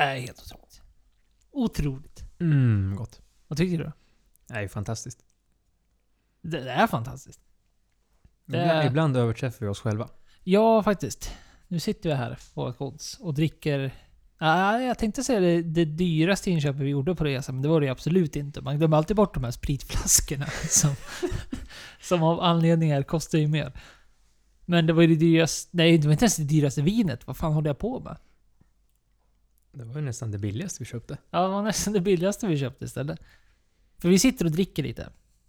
Helt otroligt. Otroligt. Gott. Vad tycker du? Det är ju fantastiskt. Det är fantastiskt. Det är... Ibland överträffar vi oss själva. Ja, faktiskt. Nu sitter vi här på Kods och dricker... jag tänkte säga det dyraste inköpet vi gjorde på resan, men det var det absolut inte. Man glömmer alltid bort de här spritflaskorna som av anledningar kostar ju mer. Men det var ju det dyraste... Nej, det var inte ens det dyraste vinet. Vad fan håller jag på med? Det var ju nästan det billigaste vi köpte. Ja, det var nästan det billigaste vi köpte istället. För vi sitter och dricker lite.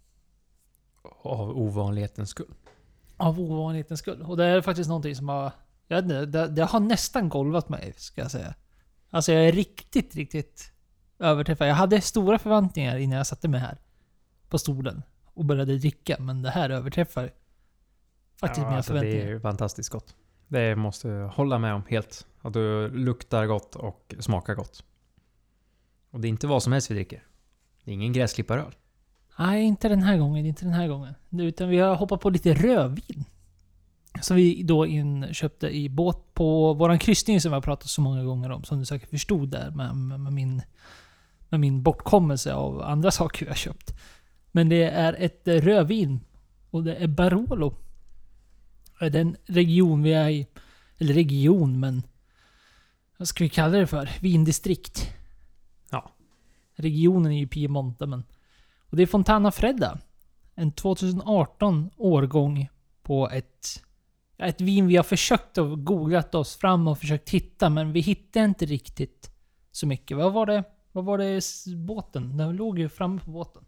Av ovanlighetens skull. Av ovanlighetens skull. Och det är faktiskt någonting som har... Jag vet inte, det har nästan golvat mig, ska jag säga. Alltså jag är riktigt överträffad. Jag hade stora förväntningar innan jag satte mig här på stolen och började dricka. Men det här överträffar faktiskt mina förväntningar. Det är fantastiskt gott. Det måste jag hålla med om helt. Att du luktar gott och smakar gott. Och det är inte vad som helst vi dricker. Det är ingen gräsklipparöl. Nej, inte den här gången. Utan vi har hoppat på lite rödvin. Som vi då köpte i båt på våran kryssning som jag har pratat så många gånger om. Som du säkert förstod där med min bortkommelse av andra saker vi har köpt. Men det är ett rödvin. Och det är Barolo. Det är den region vi är i. Eller region, men... Vad ska vi kalla det för? Vindistrikt. Ja. Regionen är ju Piemonte, men... Och det är Fontana Fredda. En 2018 årgång på ett vin vi har försökt och googlat oss fram och försökt hitta, men vi hittade inte riktigt så mycket. Vad var det båten? Den låg ju framme på båten.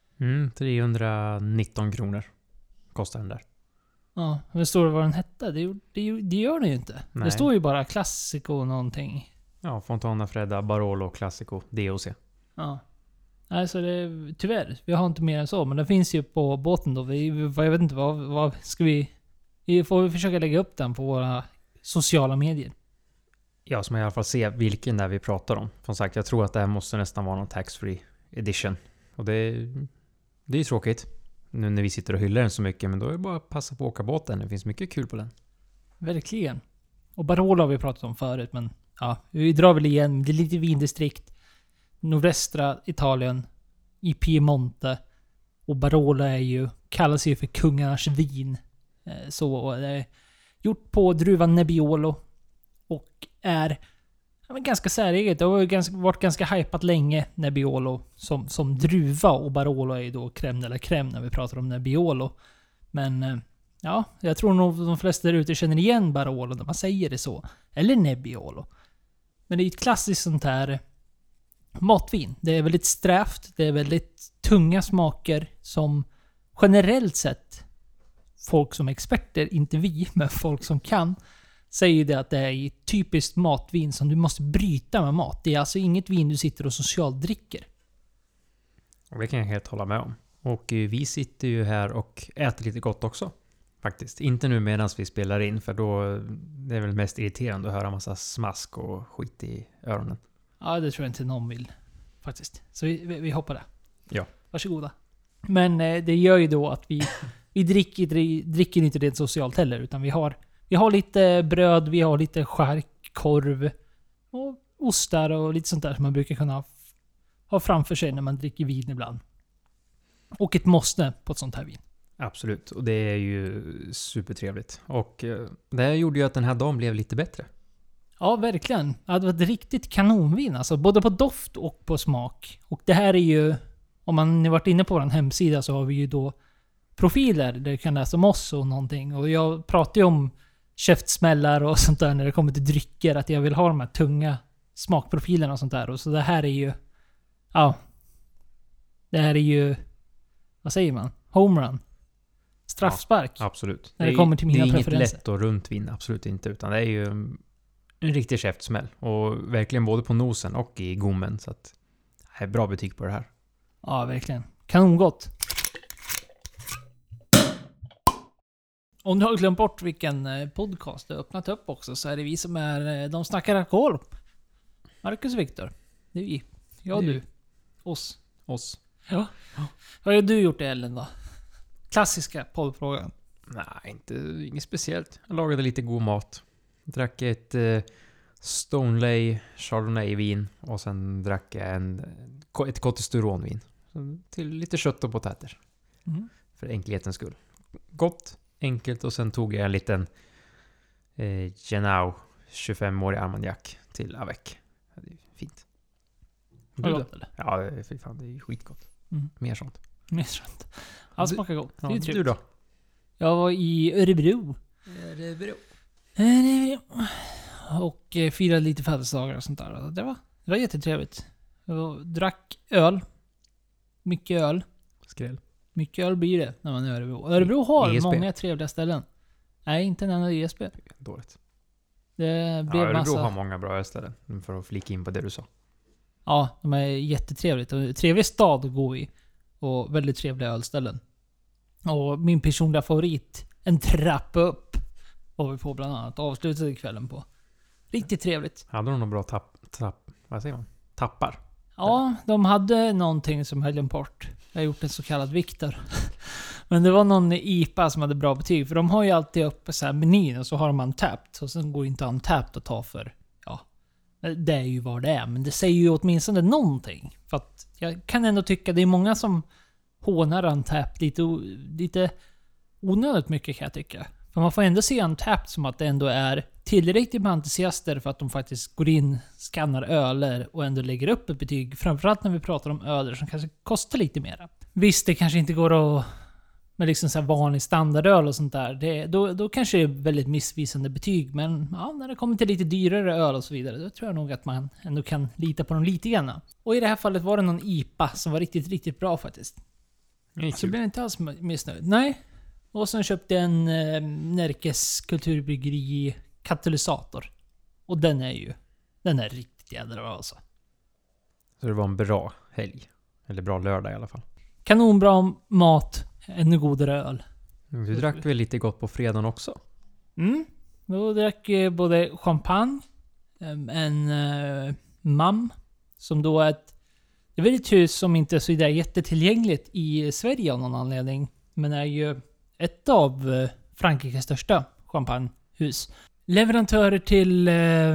319 kronor kostar den där. Ja, men står det vad den hette? Det gör den ju inte. Nej. Det står ju bara Classico någonting. Ja, Fontana Fredda, Barolo, Classico, DOC. Ja. Alltså tyvärr, vi har inte mer än så. Men det finns ju på båten då. Jag vet inte, vad ska vi... Vi får försöka lägga upp den på våra sociala medier. Ja, så man i alla fall se vilken där vi pratar om. Som sagt, jag tror att det här måste nästan vara någon tax-free edition. Och det är ju tråkigt. Nu när vi sitter och hyllar den så mycket. Men då är det bara att passa på att åka båten. Det finns mycket kul på den. Verkligen. Och Barolo har vi pratat om förut. Men ja, vi drar väl igen. Det är lite vindistrikt. Nordvästra Italien. I Piemonte. Och Barolo kallas ju för kungarnas vin. Så det är gjort på druvan Nebbiolo. Och är ganska säreget. Det har varit ganska hypat länge, Nebbiolo, som druva. Och Barolo är ju då crème de la crème när vi pratar om Nebbiolo. Men ja, jag tror nog de flesta där ute känner igen Barolo när man säger det så. Eller Nebbiolo. Men det är ett klassiskt sånt här matvin. Det är väldigt strävt. Det är väldigt tunga smaker som generellt sett folk som är experter, inte vi, men folk som kan, säger det att det är ett typiskt matvin som du måste bryta med mat. Det är alltså inget vin du sitter och socialt dricker. Och det kan jag helt hålla med om. Och vi sitter ju här och äter lite gott också. Faktiskt. Inte nu medan vi spelar in, för då det är väl mest irriterande att höra massa smask och skit i öronen. Ja, det tror jag inte någon vill. Faktiskt. Så vi hoppar det. Ja. Varsågoda. Men det gör ju då att vi dricker inte det socialt heller, utan vi har lite bröd, vi har lite skärkorv och ostar och lite sånt där som man brukar kunna ha framför sig när man dricker vin ibland. Och ett måste på ett sånt här vin. Absolut, och det är ju supertrevligt. Och det här gjorde ju att den här dagen blev lite bättre. Ja, verkligen. Ja, det var ett riktigt kanonvin alltså. Både på doft och på smak. Och det här är ju... Om man har varit inne på vår hemsida så har vi ju då profiler där du kan läsa om oss och någonting. Och jag pratar ju om käftsmällar och sånt där när det kommer till drycker. Att jag vill ha de här tunga smakprofilerna och sånt där. Och så det här är ju... Ja. Det här är ju... Vad säger man? Homerun. Straffspark. Ja, absolut. När det kommer till mina preferenser. Det är inget lätt och runt vin, absolut inte. Utan det är ju en riktig käftsmäll. Och verkligen både på nosen och i gommen. Så att det är bra betyg på det här. Ja, verkligen. Kanongott. Om du har glömt bort vilken podcast du har öppnat upp också, så är det vi som är De snackar alkohol. Marcus och Viktor. Det är vi. Jag och du. Oss. Ja. Vad har du gjort i Ellen då? Klassiska poddfrågan. Nej, inget speciellt. Jag lagade lite god mat. Drack ett Stoneleigh Chardonnay-vin och sen drack jag ett Cotesturon-vin. Till lite kött och potäter. För enkelhetens skull. Gott, enkelt och sen tog jag en liten Genau 25-årig Armagnac till Avec. Det är fint. Var det gott eller? Ja, fy fan, det är skitgott. Mer sånt. Mer sånt. Allt smakar gott. Det är ju trevligt. Du då? Jag var i Örebro. Och firade lite födelsedagar och sånt där. Det var jättetrevligt. Jag drack öl. Mycket öl. Skräll. Mycket öl blir det när man är i Örebro. Örebro har ESP. många trevliga ställen. Nej, inte en enda ESP. Dåligt. Det blev Örebro har många bra ölställen. För att flika in på det du sa. Ja, de är jättetrevligt. Och trevlig stad att gå i. Och väldigt trevliga ölställen. Och min personliga favorit, en trappa upp, var vi på bland annat. Avslutade kvällen på. Riktigt trevligt. Hade de någon bra vad säger man? Tappar? Ja, de hade någonting som höll bort. Jag har gjort en så kallad Viktor. Men det var någon IPA som hade bra betyg. För de har ju alltid uppe så här menyn och så har de untapped. Och sen går inte untapped att ta för. Ja, det är ju vad det är. Men det säger ju åtminstone någonting. För att jag kan ändå tycka det är många som hånar untapped lite onödigt mycket kan jag tycka. För man får ändå se untapped som att det ändå är tillräckligt med entusiaster för att de faktiskt går in, skannar öler och ändå lägger upp ett betyg. Framförallt när vi pratar om öler som kanske kostar lite mer. Visst, det kanske inte går att med liksom så här vanlig standardöl och sånt där. Då kanske det är väldigt missvisande betyg. Men ja, när det kommer till lite dyrare öl och så vidare, då tror jag nog att man ändå kan lita på dem lite grann. Och i det här fallet var det någon IPA som var riktigt, riktigt bra faktiskt. Så blev jag inte alls missnöjd. Nej. Och sen köpte jag en Närkes kulturbryggeri katalysator. Och den är riktigt jädra bra alltså. Så det var en bra helg. Eller bra lördag i alla fall. Kanonbra mat, ännu godare öl. Du drack väl lite gott på fredagen också? Då drack jag både champagne, en mam, som då är det är väl ett hus som inte är så där jättetillgängligt i Sverige av någon anledning. Men är ju ett av Frankrikes största champagnehus. Leverantörer till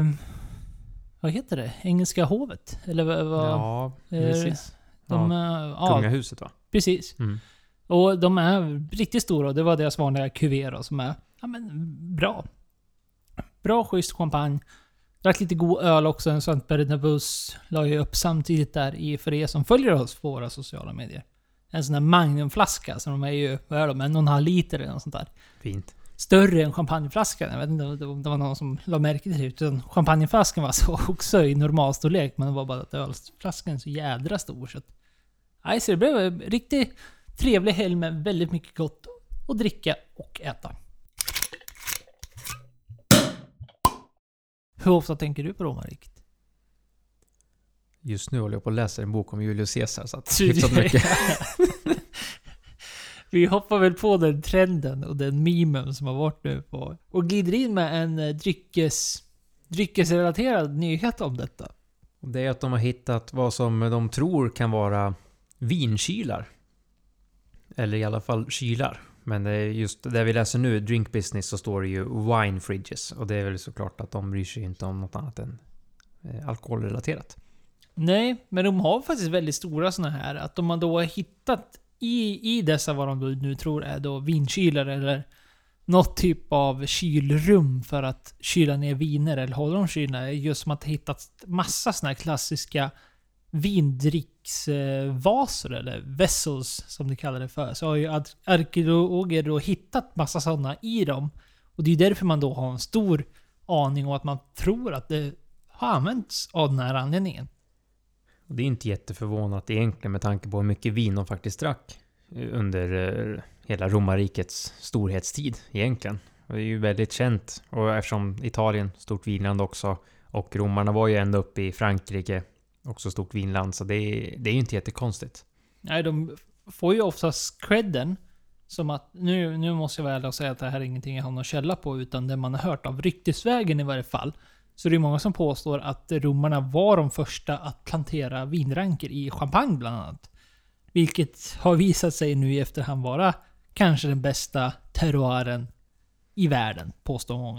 vad heter det? Engelska hovet? Eller vad? Ja, precis. Kungahuset va? Precis. Och de är riktigt stora och det var deras vanliga kuvert som är bra. Bra schysst champagne. Drack lite god öl också. En sån Bernabus la ju upp samtidigt där för er som följer oss på våra sociala medier. En sån här magnumflaska som de är ju, vad är de, 1,5 liter eller något sånt där. Fint. Större än champagneflaskan. Jag vet inte om det var någon som la märke till det. Utan champagneflaskan var så också i normalstorlek. Men det var bara att ölflaskan är så jädra stor. Så det blev en riktigt trevlig helg med väldigt mycket gott att dricka och äta. Hur ofta tänker du på romarriket? Just nu håller jag på att läsa en bok om Julius Caesar. Så att hyfsat mycket. Vi hoppar väl på den trenden och den memen som har varit nu på. Och glider in med en dryckesrelaterad nyhet om detta. Det är att de har hittat vad som de tror kan vara vinkylar. Eller i alla fall kylar. Men det är just det vi läser nu, Drink Business, så står det ju wine fridges. Och det är väl såklart att de bryr sig inte om något annat än alkoholrelaterat. Nej, men de har faktiskt väldigt stora såna här. Att de har då hittat i dessa vad de nu tror är då vinkylar eller något typ av kylrum för att kyla ner viner eller hålla dem kylda. Just som att ha hittat massa såna här klassiska vindricksvaser eller vessels som de kallar det för. Så har ju arkeologer då hittat massa sådana i dem. Och det är därför man då har en stor aning och att man tror att det har använts av den här anledningen. Och det är inte jätteförvånat egentligen med tanke på hur mycket vin de faktiskt drack under hela romarrikets storhetstid egentligen. Det är ju väldigt känt. Och eftersom Italien, stort vinland också, och romarna var ju ända uppe i Frankrike, också stort vinland, så det är ju inte jättekonstigt. Nej, de får ju oftast credden som att, nu måste jag väl och säga att det här är ingenting jag har någon källa på, utan det man har hört av ryktesvägen i varje fall. Så det är många som påstår att romarna var de första att plantera vinranker i champagne bland annat. Vilket har visat sig nu i efterhand vara kanske den bästa terroiren i världen, påstår många.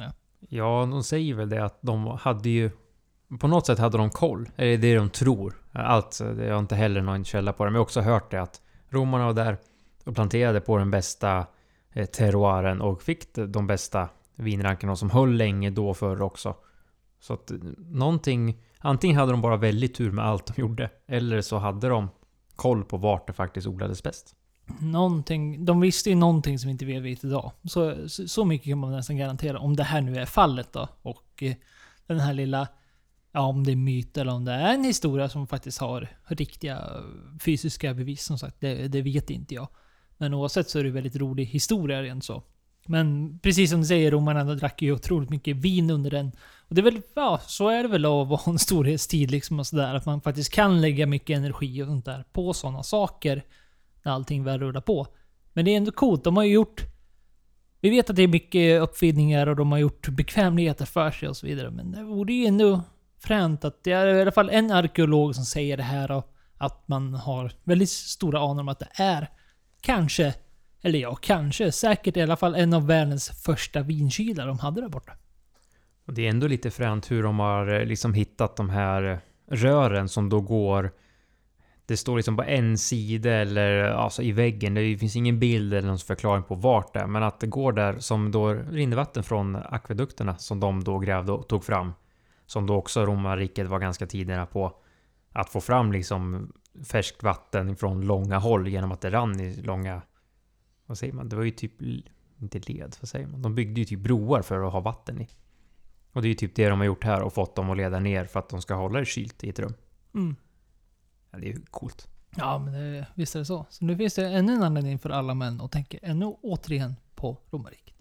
Ja, de säger väl det att de hade ju... På något sätt hade de koll. Eller det är det de tror. Allt, jag har inte heller någon källa på det. Men jag har också hört det att romarna var där och planterade på den bästa terroiren och fick de bästa vinrankerna som höll länge då förr också. Så att någonting... Antingen hade de bara väldigt tur med allt de gjorde. Eller så hade de koll på vart det faktiskt odlades bäst. Någonting, de visste ju någonting som inte vi vet idag. Så mycket kan man nästan garantera. Om det här nu är fallet då. Och den här lilla... Ja, om det är myt eller om det är en historia som faktiskt har riktiga fysiska bevis. Som sagt, det vet inte jag. Men oavsett så är det väldigt rolig historia rent så. Men precis som du säger, romarna drack ju otroligt mycket vin under den. Och det är väl, ja, så är det väl att vara en storhetstid liksom och sådär. Att man faktiskt kan lägga mycket energi och sånt där på sådana saker. När allting väl rullar på. Men det är ändå coolt, de har ju gjort... Vi vet att det är mycket uppfinningar och de har gjort bekvämligheter för sig och så vidare. Men det vore ju ändå fränt att det är i alla fall en arkeolog som säger det här. Och att man har väldigt stora anor om att det är kanske... Eller ja, kanske. Säkert i alla fall en av världens första vinkylar de hade där borta. Och det är ändå lite fränt hur de har liksom hittat de här rören som då går... Det står liksom på en sida eller alltså i väggen. Det finns ingen bild eller någon förklaring på vart det är. Men att det går där som då rinner vatten från akvedukterna som de då grävde och tog fram. Som då också romarriket var ganska tidiga på att få fram liksom färskt vatten från långa håll genom att det rann i långa... Vad säger man? Det var ju typ... Inte led, vad säger man? De byggde ju typ broar för att ha vatten i. Och det är ju typ det de har gjort här och fått dem att leda ner för att de ska hålla det kylt i ett rum. Mm. Ja, det är ju coolt. Ja, men visst är det så. Så nu finns det ännu en anledning för alla män att tänka ännu återigen på romarriket.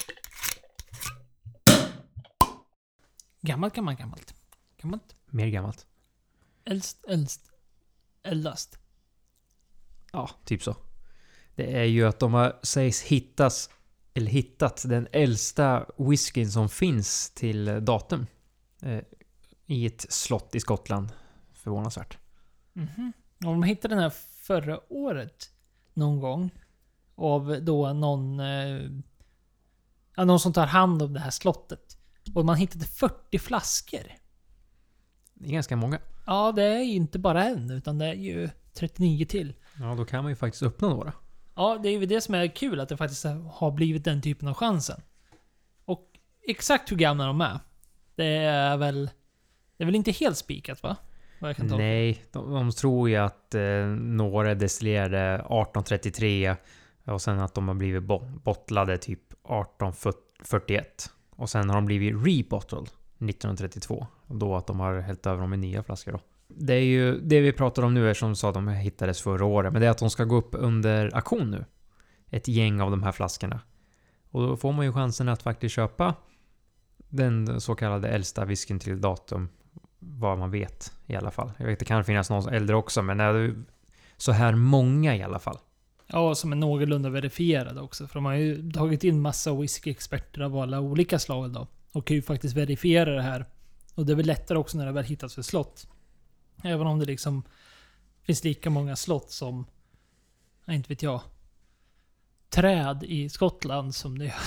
Gammalt. Mer gammalt. Äldast. Ja, typ så. Det är ju att de har sägs hittat den äldsta whiskyn som finns till datum. I ett slott i Skottland. Förvånansvärt. Mhm. Och de hittade den här förra året någon gång av då någon som tar hand om det här slottet. Och man hittade 40 flaskor. Det är ganska många. Ja, det är ju inte bara en utan det är ju 39 till. Ja, då kan man ju faktiskt öppna några. Ja, det är ju det som är kul att det faktiskt har blivit den typen av chansen. Och exakt hur gamla de är. Det är väl inte helt spikat, va? Vad jag kan ta. Nej, de tror ju att några destillerade 1833 och sen att de har blivit bottlade typ 1841. Och sen har de blivit rebottled 1932. Och då att de har hällt över dem i nya flaskor då. Det är ju det vi pratar om nu är som sa de hittades förra året. Men det är att de ska gå upp under auktion nu. Ett gäng av de här flaskorna. Och då får man ju chansen att faktiskt köpa den så kallade äldsta whiskyn till datum. Vad man vet i alla fall. Jag vet det kan finnas någon äldre också. Men är det så här många i alla fall. Ja, som är någorlunda verifierade också. För de har ju tagit in massa whiskyexperter av alla olika slag då. Och kan ju faktiskt verifiera det här. Och det är väl lättare också när det väl hittas för slott. Även om det liksom finns lika många slott som, inte vet jag, träd i Skottland som det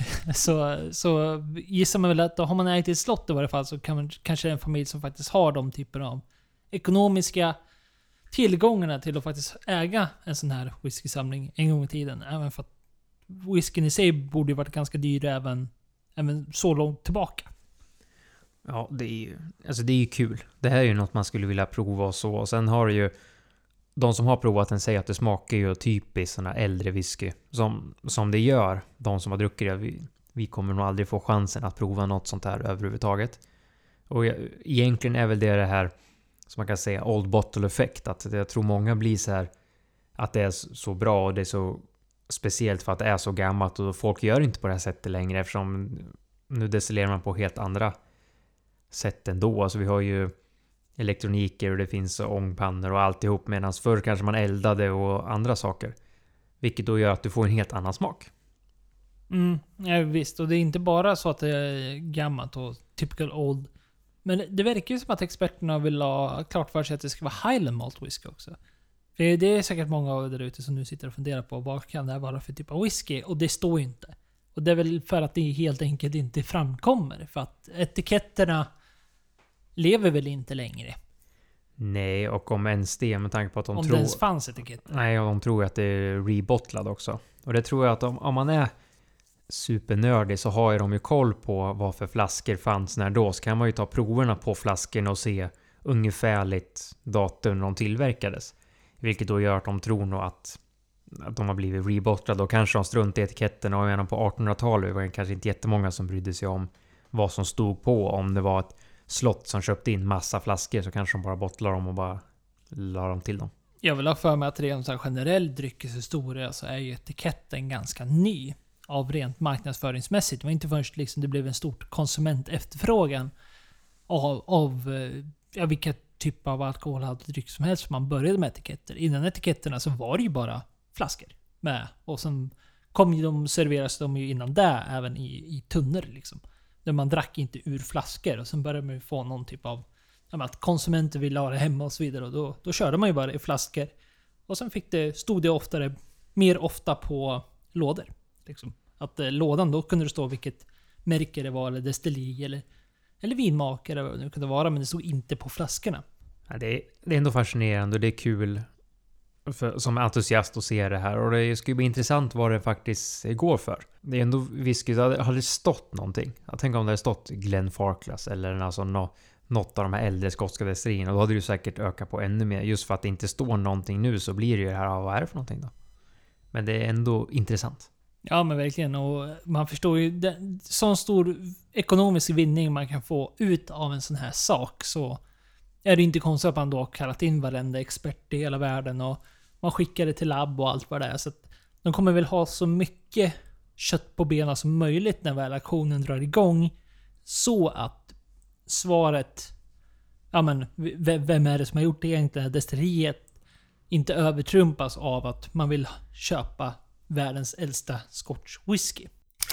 så gissar man väl att då har man ägt ett slott i varje fall så kan man kanske en familj som faktiskt har de typerna av ekonomiska tillgångarna till att faktiskt äga en sån här whiskysamling en gång i tiden. Även för att whiskyn i sig borde ju varit ganska dyr även så långt tillbaka. Ja, det är ju kul. Det här är ju något man skulle vilja prova och så. Och sen har det ju de som har provat den säger att det smakar ju typiskt såna äldre whisky. Som det gör. De som har druckit det. Vi kommer nog aldrig få chansen att prova något sånt här överhuvudtaget. Och egentligen är väl det här som man kan säga old bottle effect. Att jag tror många blir så här att det är så bra och det är så speciellt för att det är så gammalt. Och folk gör inte på det här sättet längre eftersom nu destillerar man på helt andra sätt ändå. Alltså vi har ju elektroniker och det finns ångpannor och alltihop medan förr kanske man eldade och andra saker. Vilket då gör att du får en helt annan smak. Ja visst, och det är inte bara så att det är gammalt och typical old. Men det verkar ju som att experterna vill ha klart för sig att det ska vara Highland Malt Whisky också. För det är säkert många av er där ute som nu sitter och funderar på vad kan det här vara för typ av whisky. Och det står ju inte. Och det är väl för att det helt enkelt inte framkommer. För att etiketterna lever väl inte längre. Nej, och om ens det, med tanke på att de Om tror... det ens fanns etiketter. Nej, och de tror att det är rebottlad också. Och det tror jag att om man är supernördig så har ju de ju koll på vad för flaskor fanns när då. Så kan man ju ta proverna på flaskorna och se ungefärligt datum när de tillverkades. Vilket då gör att de tror nog att de har blivit rebottlade och kanske de strunt i etiketterna. Och medan på 1800-talet var det kanske inte jättemånga som brydde sig om vad som stod på. Om det var ett slott som köpte in massa flaskor så kanske de bara bottlar dem och bara la dem till dem. Jag vill ha för mig att rent så här generell dryckeshistoria så är ju etiketten ganska ny. Av rent marknadsföringsmässigt. Det var inte först liksom det blev en stor konsumentefterfrågan av vilka typ av alkoholhaltig dryck som helst. Man började med etiketter. Innan etiketterna så var det ju bara flaskor med. Och sen serveras de ju innan det även i tunnor liksom. Där man drack inte ur flaskor. Och sen började man ju få någon typ av att konsumenter ville ha det hemma och så vidare. Och då körde man ju bara i flaskor. Och sen stod det mer ofta på lådor. Liksom. Att lådan, då kunde det stå vilket märke det var, eller destilleri, eller vinmakare, eller vad det kunde vara, men det stod inte på flaskorna. Ja, det är ändå fascinerande och det är kul som entusiast att se det här. Och det skulle bli intressant vad det faktiskt går för. Det är ändå whisky, det hade stått någonting. Jag tänker om det hade stått Glenfarclas eller alltså något av de här äldre skotska destillerierna. Då hade det ju säkert ökat på ännu mer. Just för att det inte står någonting nu så blir det ju det här, vad är det för någonting då? Men det är ändå intressant. Ja men verkligen, och man förstår ju sån stor ekonomisk vinning man kan få ut av en sån här sak, så är det inte konstigt att man då kallat in varenda expert i hela världen och man skickar det till labb och allt vad det är. Så att de kommer väl ha så mycket kött på benen som möjligt när väl aktionen drar igång, så att svaret, ja men vem är det som har gjort det egentligen, destilleriet, inte övertrumpas av att man vill köpa världens äldsta scotch whisky.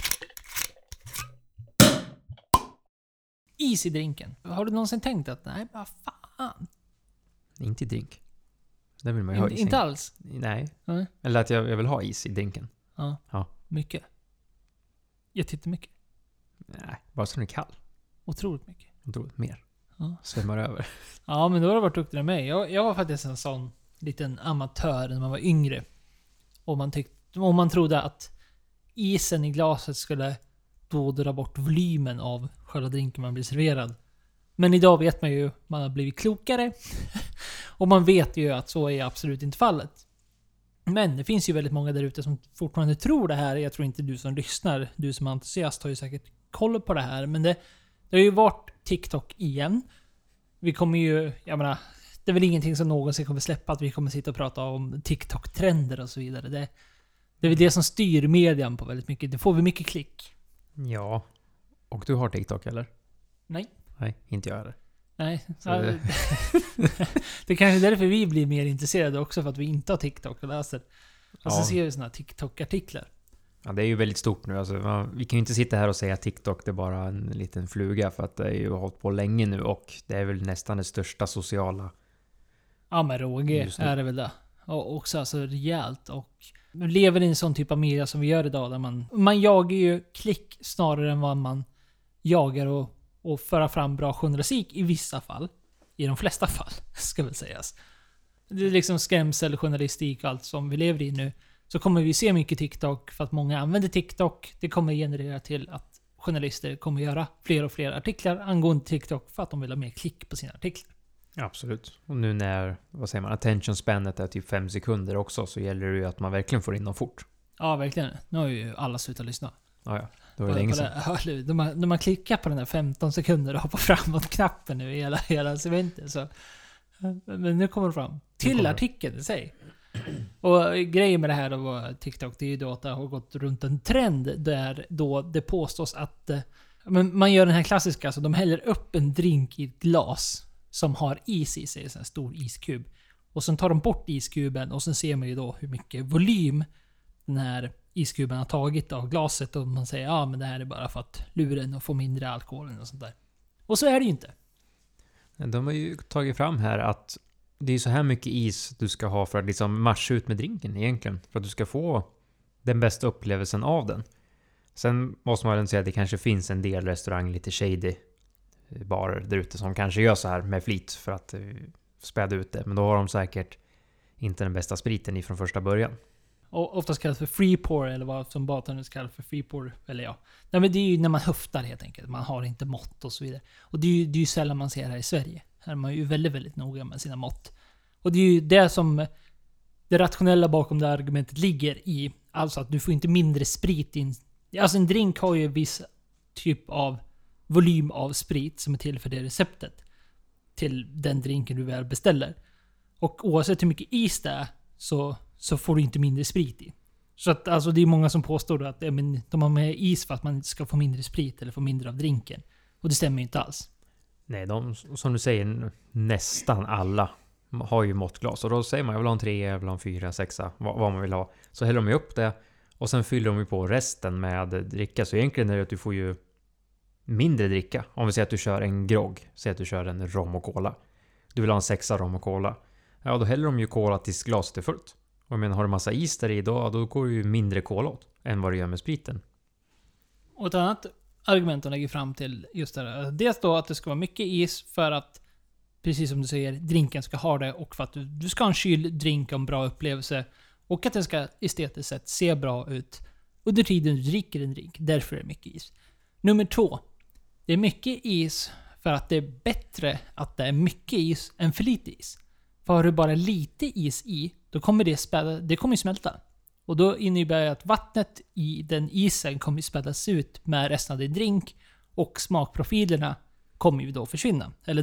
Is i drinken. Har du någonsin tänkt att nej, vad fan? Inte i drink. Det vill man ju ha is. Inte alls? Nej. Eller att jag vill ha is i drinken. Ja. Mycket. Jättemycket. Nej, bara så den är kall. Otroligt mycket. Otroligt mer. Ja. Svämmar över. Ja, men då har du varit duktig med mig. Jag var faktiskt en sån liten amatör när man var yngre. Och man trodde att isen i glaset skulle då dra bort volymen av själva drinken man blir serverad. Men idag vet man ju, man har blivit klokare. Och man vet ju att så är absolut inte fallet. Men det finns ju väldigt många där ute som fortfarande tror det här. Jag tror inte du som lyssnar, du som är entusiast har ju säkert koll på det här. Men det har ju varit TikTok igen. Vi kommer ju, jag menar, det är väl ingenting som någonsin kommer släppa att vi kommer sitta och prata om TikTok-trender och så vidare. Det är väl det som styr median på väldigt mycket. Det får vi mycket klick. Ja. Och du har TikTok eller? Nej. Nej, inte jag heller. Nej. Det är kanske därför vi blir mer intresserade också, för att vi inte har TikTok och läser. Och så ser vi såna här TikTok-artiklar. Ja, det är ju väldigt stort nu. Alltså, vi kan ju inte sitta här och säga att TikTok det är bara en liten fluga, för att det är ju hållit på länge nu och det är väl nästan det största sociala. Ja, men Roger är det väl det. Och också alltså rejält. Och lever i en sån typ av media som vi gör idag, där man jagar ju klick snarare än vad man jagar och föra fram bra journalistik i vissa fall. I de flesta fall, ska väl sägas. Det är liksom skrämseljournalistik och allt som vi lever i nu. Så kommer vi se mycket TikTok för att många använder TikTok. Det kommer generera till att journalister kommer göra fler och fler artiklar angående TikTok för att de vill ha mer klick på sina artiklar. Absolut. Och nu när, vad säger man, attention spanet är typ 5 sekunder också, så gäller det ju att man verkligen får in dem fort. Ja, verkligen. Nu har ju alla slutat lyssna. Ja. Det var länge sedan. När man klickar på den där 15 sekunder och hoppar framåt-knappen nu i hela eventet, så... Men nu kommer det fram. Till artikeln i sig. Och grejen med det här då, TikTok, det är ju då att det har gått runt en trend där då det påstås att man gör den här klassiska, alltså de häller upp en drink i ett glas som har is i sig, en sån här stor iskub. Och sen tar de bort iskuben och sen ser man ju då hur mycket volym den här iskuben har tagit av glaset, och man säger ja men det här är bara för att lura en och få mindre alkohol och sånt där. Och så är det ju inte. De har ju tagit fram här att det är så här mycket is du ska ha för att liksom marscha ut med drinken egentligen. För att du ska få den bästa upplevelsen av den. Sen måste man väl säga att det kanske finns en del restaurang, lite shady barer där ute som kanske gör så här med flit för att späda ut det. Men då har de säkert inte den bästa spriten ifrån första början. Och oftast kallas för free pour, eller vad som bartenders kallar för free pour. Eller ja. Nej, men det är ju när man höftar helt enkelt. Man har inte mått och så vidare. Och det är ju sällan man ser här i Sverige. Här är man ju väldigt, väldigt noga med sina mått. Och det är ju det som det rationella bakom det argumentet ligger i. Alltså att du får inte mindre sprit in. Alltså en drink har ju en viss typ av volym av sprit som är till för det receptet. Till den drinken du väl beställer. Och oavsett hur mycket is det är så får du inte mindre sprit i. Så att alltså det är många som påstår att de har med is för att man ska få mindre sprit eller få mindre av drinken. Och det stämmer ju inte alls. Nej, som du säger, nästan alla har ju måttglas. Och då säger man, jag vill ha en 3, jag vill ha en 4, 6, vad man vill ha. Så häller de ju upp det och sen fyller de ju på resten med dricka. Så egentligen är det att du får ju mindre dricka. Om vi säger att du kör en grogg, säg att du kör en rom och cola. Du vill ha en 6 rom och cola. Ja, då häller de ju cola tills glaset är fullt. Och jag menar, har du massa is där i då går ju mindre cola åt än vad det gör med spriten. Och ett annat argument de lägger fram till just det här. Dels då att det ska vara mycket is för att, precis som du säger, drinken ska ha det. Och för att du ska ha en kyld drink och en bra upplevelse. Och att den ska estetiskt sett se bra ut under tiden du dricker en drink. Därför är det mycket is. Nummer 2. Det är mycket is för att det är bättre att det är mycket is än för lite is. För har du bara lite is i, då kommer det kommer smälta. Och då innebär det att vattnet i den isen kommer spädas ut med resten av din drink. Och smakprofilerna kommer ju då försvinna. Eller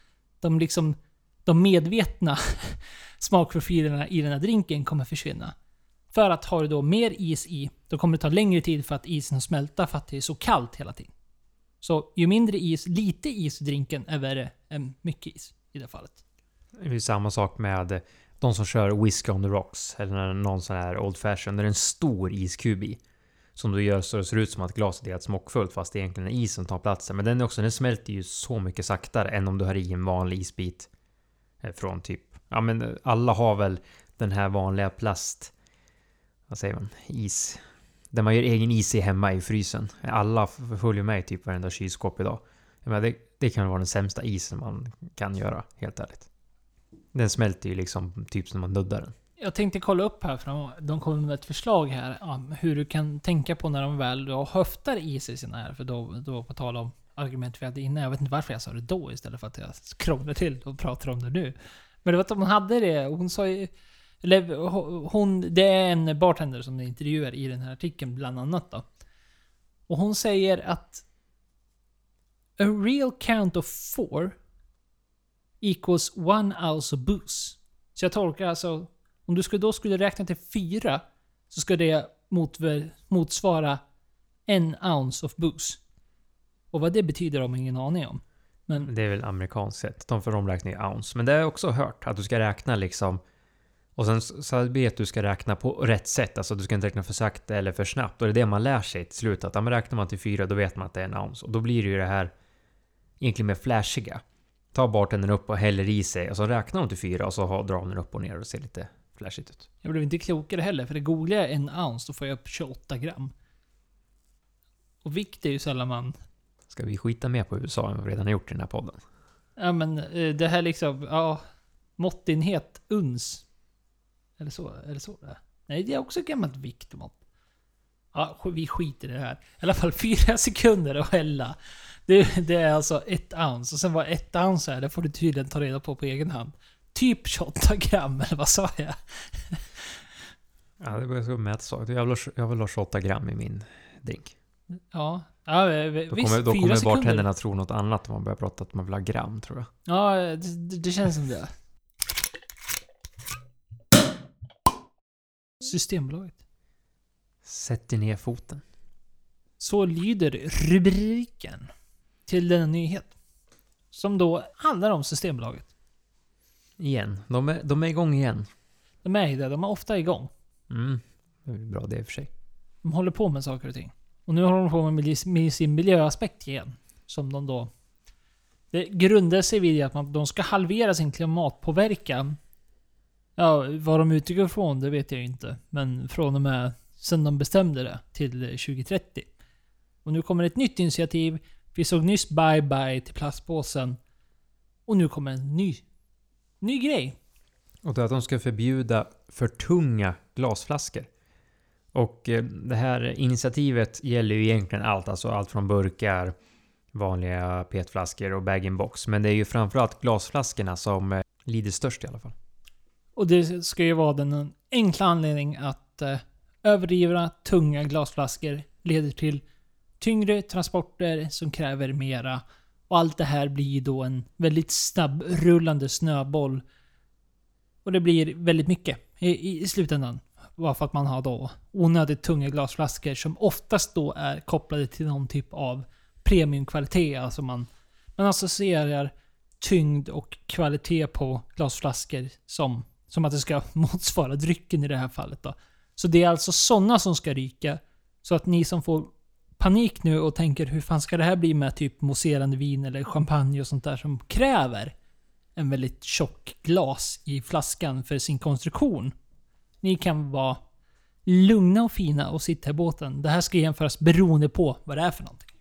de medvetna smakprofilerna i den här drinken kommer försvinna. För att har du då mer is i, då kommer det ta längre tid för att isen smälta för att det är så kallt hela tiden. Så ju mindre is, lite is i drinken är värre än mycket is i det fallet. Det är samma sak med de som kör whisky on the rocks eller någon sån här old fashion där det är en stor iskub i. Som du gör så det ser ut som att glaset är helt smockfullt fast det egentligen är isen tar platsen. Men den smälter ju så mycket saktare än om du har i en vanlig isbit från typ... Ja, men alla har väl den här vanliga plast... Vad säger man? Is... Där man gör egen is i hemma i frysen. Alla följer med i typ varenda kylskåp idag. Men det kan vara den sämsta isen man kan göra, helt ärligt. Den smälter ju liksom typ som man nuddar den. Jag tänkte kolla upp här, för de kommer med ett förslag här om hur du kan tänka på när de väl då höftar is i sina här. För då på tal om argument vi hade innan. Jag vet inte varför jag sa det då istället för att jag krånglar till och pratar om det nu. Men det var att de hade det. Hon sa ju... Eller det är en bartender som de intervjuar i den här artikeln bland annat då. Och hon säger att a real count of 4 equals 1 ounce of booze. Så jag tolkar alltså, om du skulle räkna till 4 så ska det motsvara 1 ounce of booze. Och vad det betyder har man ingen aning om. Men det är väl amerikanskt sett. De räknar i ounce. Men det har jag också hört att du ska räkna liksom. Och sen så vet du ska räkna på rätt sätt. Alltså du ska inte räkna för sakta eller för snabbt. Och det är det man lär sig till slut. Att räknar man till 4 då vet man att det är 1 ounce. Och då blir det ju det här egentligen mer flashiga. Ta bartendern upp och häller i sig. Och så räknar de till 4 och så drar den upp och ner och ser lite flashigt ut. Jag blev inte klokare heller. För det googlar jag 1 ounce då får jag upp 28 gram. Och vikt är ju sällan man... Ska vi skita med på USA än vad vi redan har gjort i den här podden? Ja men det här liksom... Ja, måttenhet uns. Eller så det är. Nej, det är också ett gammalt viktmått. Ja, vi skiter i det här. I alla fall 4 sekunder att hälla. Det är alltså 1 ounce. Och sen vad 1 ounce är, det får du tydligen ta reda på egen hand. Typ 28 gram, eller vad sa jag? Ja, det var så mätsak. Jag vill ha 28 gram i min drink. Ja, då kommer bartenderna tro något annat om man börjar prata att man vill ha gram, tror jag. Ja, det känns som det. Systembolaget. Sätt dig ner foten. Så lyder rubriken till denna nyhet. Som då handlar om Systembolaget. Igen. De är igång igen. De är det. De är ofta igång. Det är bra det i och för sig. De håller på med saker och ting. Och nu håller de på med sin miljöaspekt igen. Som de då... Det grundar sig vid att de ska halvera sin klimatpåverkan. Ja, vad de utgår från, det vet jag inte. Men från och med sen de bestämde det till 2030. Och nu kommer ett nytt initiativ. Vi såg nyss bye till plastpåsen. Och nu kommer en ny grej. Och det är att de ska förbjuda för tunga glasflaskor. Och det här initiativet gäller ju egentligen allt. Alltså allt från burkar, vanliga petflaskor och bag-in-box. Men det är ju framförallt glasflaskorna som lider störst i alla fall. Och det ska ju vara den enkla anledningen att överdrivna tunga glasflaskor leder till tyngre transporter som kräver mera. Och allt det här blir då en väldigt snabb rullande snöboll. Och det blir väldigt mycket i slutändan. Bara för att man har då onödigt tunga glasflaskor som oftast då är kopplade till någon typ av premiumkvalitet. Alltså man associerar tyngd och kvalitet på glasflaskor som att det ska motsvara drycken i det här fallet då. Så det är alltså sådana som ska ryka. Så att ni som får panik nu och tänker hur fan ska det här bli med typ mousserande vin eller champagne och sånt där som kräver en väldigt tjock glas i flaskan för sin konstruktion. Ni kan vara lugna och fina och sitta i båten. Det här ska jämföras beroende på vad det är för någonting.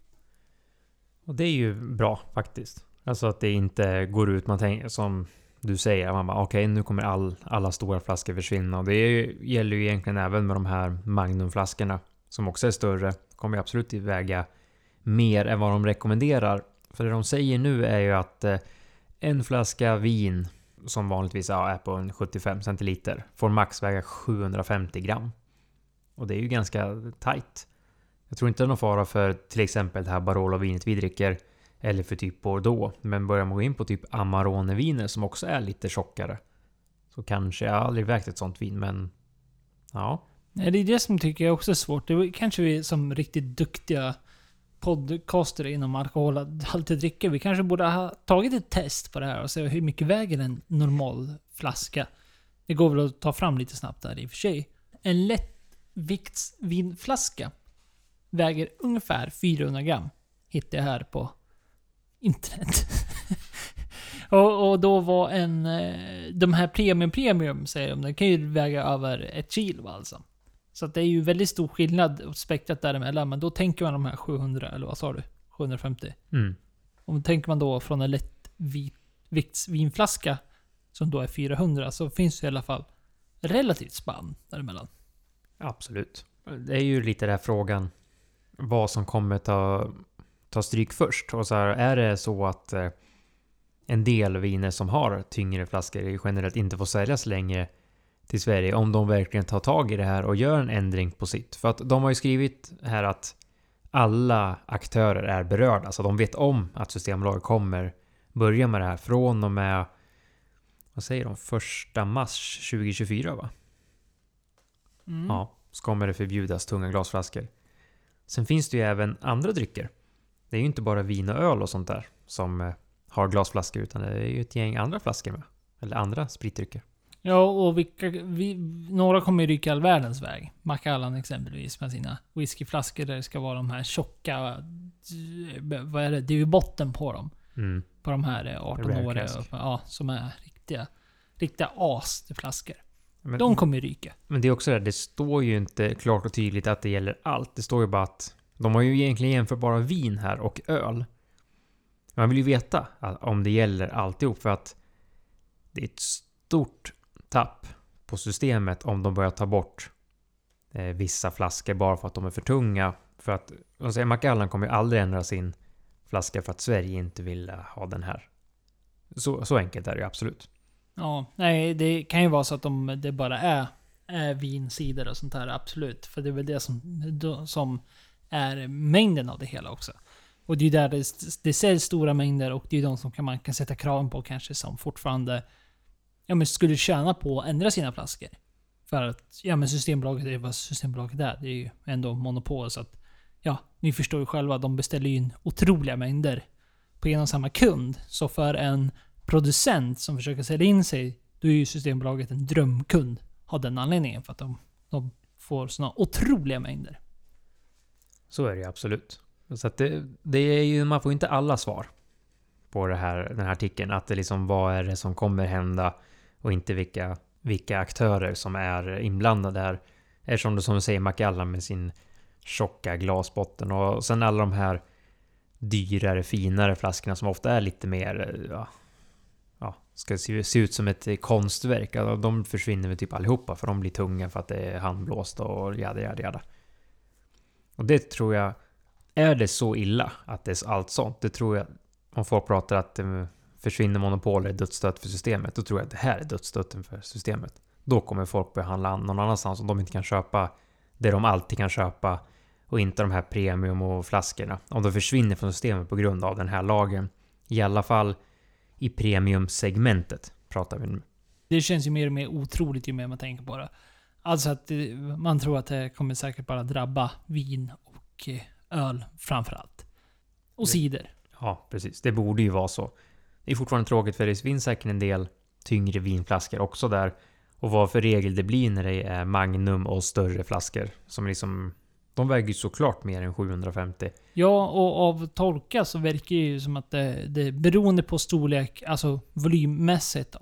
Och det är ju bra faktiskt. Alltså att det inte går ut, man tänker som du säger, man bara okej, nu kommer alla stora flaskor försvinna. Och det gäller ju egentligen även med de här Magnumflaskorna som också är större. Kommer absolut att väga mer än vad de rekommenderar. För det de säger nu är ju att en flaska vin som vanligtvis är på en 75 centiliter får max väga 750 gram. Och det är ju ganska tight. Jag tror inte det är någon fara för till exempel det här Barolo-vinet vi dricker eller för typ Bordeaux. Men börjar man gå in på typ Amarone-viner som också är lite tjockare, så kanske jag aldrig vägt ett sånt vin, men ja. Nej, det är det som tycker jag också är svårt. Det är kanske vi som riktigt duktiga podcaster inom alkoholhaltiga drycker. Vi kanske borde ha tagit ett test på det här och se hur mycket väger en normal flaska. Det går väl att ta fram lite snabbt där i och för sig. En lättviktsvinflaska väger ungefär 400 gram. Hittar jag här på internet. och då var de här premium säger de, den kan ju väga över 1 kilo alltså. Så att det är ju väldigt stor skillnad och spektrat däremellan. Men då tänker man de här 700, eller vad sa du? 750. Om tänker man då från en lättviktsvinflaska som då är 400, så finns det i alla fall relativt spann däremellan. Absolut. Det är ju lite den här frågan vad som kommer ta stryk först. Och så här, är det så att en del viner som har tyngre flaskor generellt inte får säljas längre till Sverige, om de verkligen tar tag i det här och gör en ändring på sitt. För att de har ju skrivit här att alla aktörer är berörda, så de vet om att Systembolaget kommer börja med det här från och med, vad säger de, 1 mars 2024 va? Ja, så kommer det förbjudas tunga glasflaskor. Sen finns det ju även andra drycker. Det är ju inte bara vin och öl och sånt där som har glasflaskor, utan det är ju ett gäng andra flaskor med. Eller andra spritdrycker. Ja, och några kommer ju ryka all världens väg. Macallan exempelvis med sina whiskyflaskor där det ska vara de här tjocka, vad är det? Det är ju botten på dem. På de här 18-åriga, ja, som är riktiga as till flaskor. Men de kommer ju ryka. Men det är också det står ju inte klart och tydligt att det gäller allt. Det står ju bara att de har ju egentligen jämfört bara vin här och öl. Man vill ju veta om det gäller alltihop, för att det är ett stort tapp på systemet om de börjar ta bort vissa flaskor bara för att de är för tunga. För att Macallan kommer ju aldrig ändra sin flaska för att Sverige inte vill ha den här. Så enkelt är det ju absolut. Ja, nej, det kan ju vara så att det bara är vinsidor och sånt här, absolut. För det är väl det som är mängden av det hela också. Och det är ju där det säljs stora mängder, och det är de som man kan sätta kraven på kanske, som fortfarande skulle tjäna på att ändra sina flaskor. För att Systembolaget är vad Systembolaget är. Det är ju ändå monopol, så att ni förstår ju själva, de beställer ju in otroliga mängder på en och samma kund. Så för en producent som försöker sälja in sig, då är ju Systembolaget en drömkund av den anledningen, för att de får såna otroliga mängder. Så är det ju absolut. Så att det är ju, man får inte alla svar på den här artikeln, att det liksom, vad är det som kommer hända och inte vilka aktörer som är inblandade här. Eftersom det, som du säger, Macallan med sin tjocka glasbotten. Och sen alla de här dyrare, finare flaskorna som ofta är lite mer, ska se ut som ett konstverk. Alltså, de försvinner väl typ allihopa för de blir tunga för att det är handblåst och jada. Och det tror jag, är det så illa att det är allt sånt, det tror jag, om folk pratar att försvinner monopol är dödsstöt för systemet, då tror jag att det här är dödsstöten för systemet. Då kommer folk börja handla någon annanstans om de inte kan köpa det de alltid kan köpa och inte de här premium och flaskorna. Om de försvinner från systemet på grund av den här lagen. I alla fall i premiumsegmentet pratar vi nu. Det känns ju mer och mer otroligt ju mer man tänker på det. Alltså att man tror att det kommer säkert bara drabba vin och öl framförallt. Och cider. Ja, precis. Det borde ju vara så. Det är fortfarande tråkigt för det finns säkert en del tyngre vinflaskor också där. Och vad för regel det blir när det är Magnum och större flaskor. Som liksom, de väger ju såklart mer än 750. Ja, och av tolka så verkar det ju som att det beroende på storlek, alltså volymmässigt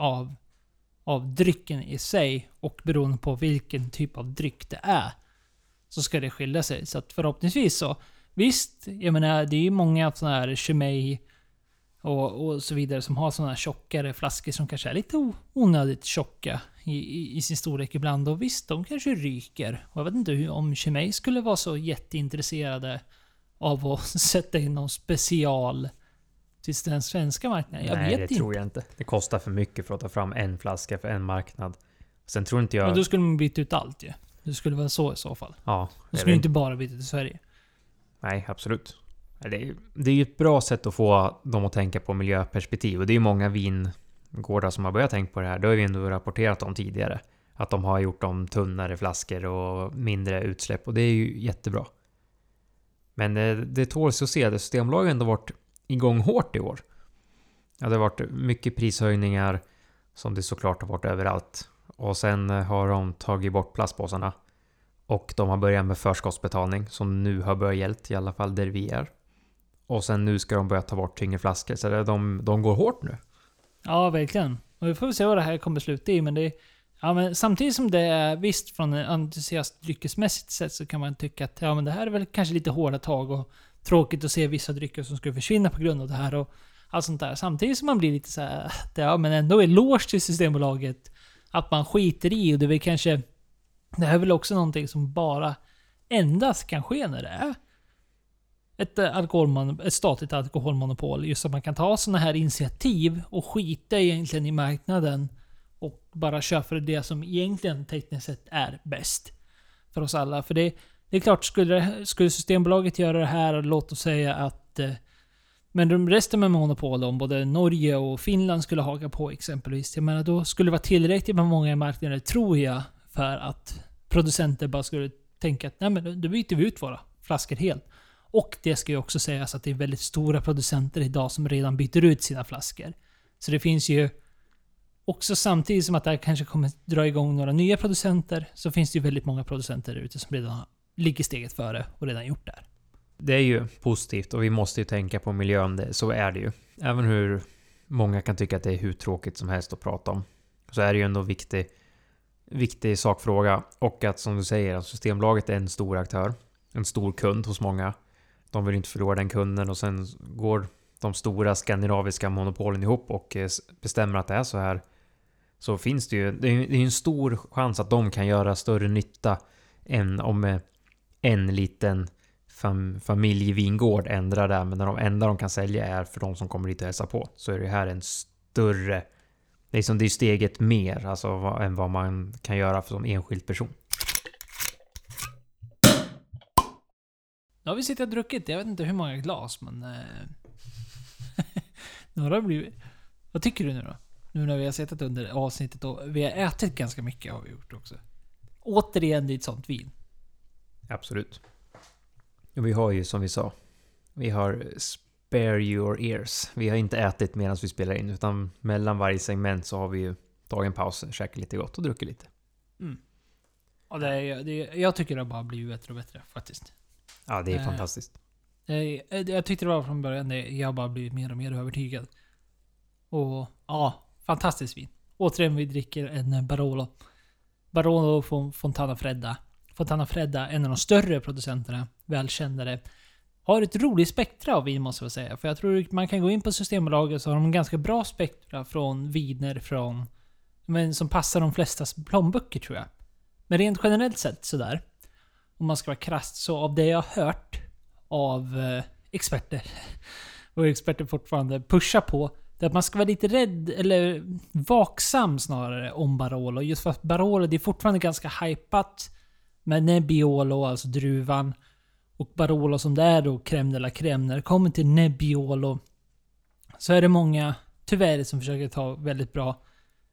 av drycken i sig och beroende på vilken typ av dryck det är, så ska det skilja sig. Så att förhoppningsvis så, visst, jag menar det är ju många sådana här Chimay och så vidare som har sådana här tjockare flaskor som kanske är lite onödigt tjocka i sin storlek ibland. Och visst, de kanske ryker. Och jag vet inte om Chimay skulle vara så jätteintresserade av att sätta in någon special till den svenska marknaden. Jag vet inte. Nej, det tror jag inte. Det kostar för mycket för att ta fram en flaska för en marknad. Sen tror inte jag... Men då skulle man byta ut allt ju. Det skulle vara så i så fall. Ja. Då skulle inte bara byta till Sverige. Nej, absolut. Det är ju ett bra sätt att få dem att tänka på miljöperspektiv. Och det är ju många vingårdar som har börjat tänka på det här. Det har vi ändå rapporterat om tidigare. Att de har gjort dem tunnare flaskor och mindre utsläpp. Och det är ju jättebra. Men det tåls att se. Systembolaget har ändå varit igång hårt i år. Ja, det har varit mycket prishöjningar som det såklart har varit överallt. Och sen har de tagit bort plastpåsarna. Och de har börjat med förskottsbetalning som nu har börjat gällt, i alla fall där vi är. Och sen nu ska de börja ta bort tyngre flaskor. Så de går hårt nu. Ja, verkligen. Och vi får se vad det här kommer sluta i. Men det, ja, men samtidigt som det är visst från en entusiast dryckesmässigt sätt så kan man tycka att ja, men det här är väl kanske lite hårda tag och tråkigt att se vissa drycker som skulle försvinna på grund av det här och allt sånt där. Samtidigt som man blir lite så här, ja, men ändå är låst till Systembolaget att man skiter i. Och det är väl kanske, det här är väl också någonting som bara endast kan ske när det är ett statligt alkoholmonopol. Just att man kan ta sådana här initiativ och skita egentligen i marknaden och bara köra för det som egentligen tekniskt sett är bäst för oss alla. För det är klart, skulle Systembolaget göra det här, låt oss säga att men resten med monopol, om både Norge och Finland skulle haka på exempelvis, jag menar då skulle det vara tillräckligt med många marknader, tror jag, för att producenter bara skulle tänka att nej, men då byter vi ut våra flaskor helt. Och det ska ju också sägas att det är väldigt stora producenter idag som redan byter ut sina flaskor. Så det finns ju också, samtidigt som att det här kanske kommer dra igång några nya producenter, så finns det ju väldigt många producenter ute som redan ligger steget före och redan gjort det här. Det är ju positivt och vi måste ju tänka på miljön, så är det ju. Även hur många kan tycka att det är hur tråkigt som helst att prata om, så är det ju ändå viktig sakfråga. Och att, som du säger, att Systembolaget är en stor aktör, en stor kund hos många. De vill inte förlora den kunden och sen går de stora skandinaviska monopolen ihop och bestämmer att det är så här. Så finns det ju, det är en stor chans att de kan göra större nytta än om en liten familjevingård ändrar där. Men när de enda de kan sälja är för de som kommer dit och hälsa på, så är det här en större, det är steget mer alltså, än vad man kan göra för som enskild person. Nu har vi suttit och druckit, jag vet inte hur många glas, men några har blivit. Vad tycker du nu då? Nu när vi har suttit under avsnittet och vi har ätit ganska mycket, har vi gjort också. Återigen, det är ett sånt vin. Absolut. Och vi har ju, som vi sa, vi har spare your ears. Vi har inte ätit medan vi spelar in, utan mellan varje segment så har vi ju tagit en paus, käkat lite gott och druckit lite. Mm. Och jag tycker det har bara blivit bättre och bättre faktiskt. Ja, det är fantastiskt. Jag tyckte det var från början, jag har bara blivit mer och mer övertygad. Och ja, fantastiskt vin. Återigen, vi dricker en Barolo. Barolo från Fontana Fredda. Fontana Fredda, en av de större producenterna, välkändare, har ett roligt spektra av vin måste jag säga. För jag tror man kan gå in på Systembolaget så har de ganska bra spektra från viner som passar de flestas plånböcker tror jag. Men rent generellt sett sådär, om man ska vara krasst, så av det jag har hört av experter, och experter fortfarande pushar på, det är att man ska vara lite rädd, eller vaksam snarare, om Barolo. Just för att Barolo, det är fortfarande ganska hypat med Nebbiolo, alltså druvan. Och Barolo som det är då, crème de la crème. När det kommer till Nebbiolo så är det många, tyvärr, som försöker ta väldigt bra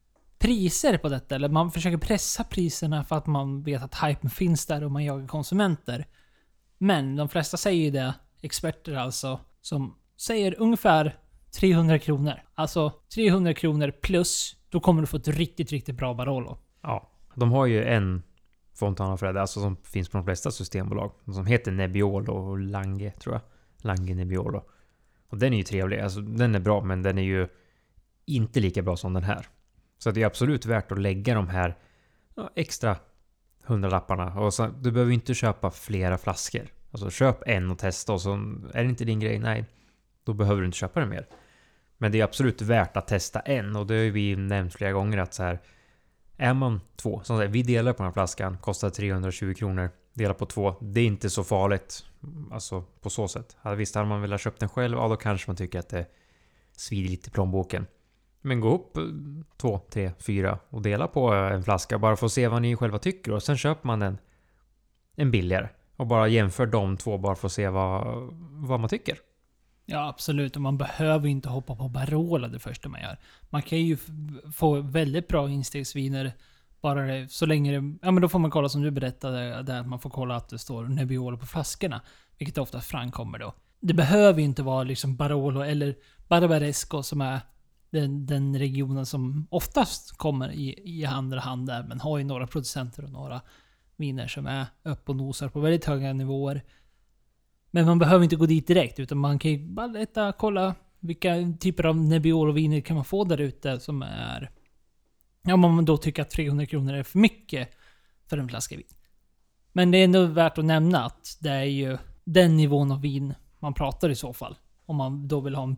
priser på detta. Eller man försöker pressa priserna för att man vet att hypen finns där och man jagar konsumenter. Men de flesta säger ju det, experter alltså, som säger ungefär 300 kronor. Alltså 300 kronor plus, då kommer du få ett riktigt, riktigt bra Barolo. Ja, de har ju en Fontana Fredda, alltså som finns på de flesta systembolag, som heter Nebbiolo och Lange, tror jag. Lange Nebbiolo. Och den är ju trevlig, alltså den är bra, men den är ju inte lika bra som den här. Så det är absolut värt att lägga de här extra 100-lapparna. Och så, du behöver inte köpa flera flaskor. Alltså köp en och testa, och så är det inte din grej, nej, då behöver du inte köpa det mer. Men det är absolut värt att testa en, och det har vi nämnt flera gånger att så här, är man två, som sagt, vi delar på den här flaskan, kostar 320 kronor, delar på två, det är inte så farligt, alltså på så sätt. Visst, hade man velat köpt den själv, ja, då kanske man tycker att det svider lite i plånboken. Men gå upp 2, 3, 4 och dela på en flaska, bara för att se vad ni själva tycker, och sen köper man en billigare och bara jämför de två, bara för att se vad man tycker. Ja, absolut. Och man behöver inte hoppa på Barolo det första man gör. Man kan ju få väldigt bra instegsviner bara det, så länge det... Ja, men då får man kolla som du berättade, där man får kolla att det står Nebbiolo på flaskorna. Vilket ofta framkommer då. Det behöver ju inte vara liksom Barolo eller Barbaresco som är den regionen som oftast kommer i andra hand där. Men har ju några producenter och några viner som är upp och nosar på väldigt höga nivåer. Men man behöver inte gå dit direkt, utan man kan ju bara kolla vilka typer av Nebbiolo-viner kan man få där ute som är... Ja, om man då tycker att 300 kronor är för mycket för en flaska vin. Men det är ändå värt att nämna att det är ju den nivån av vin man pratar i så fall. Om man då vill ha en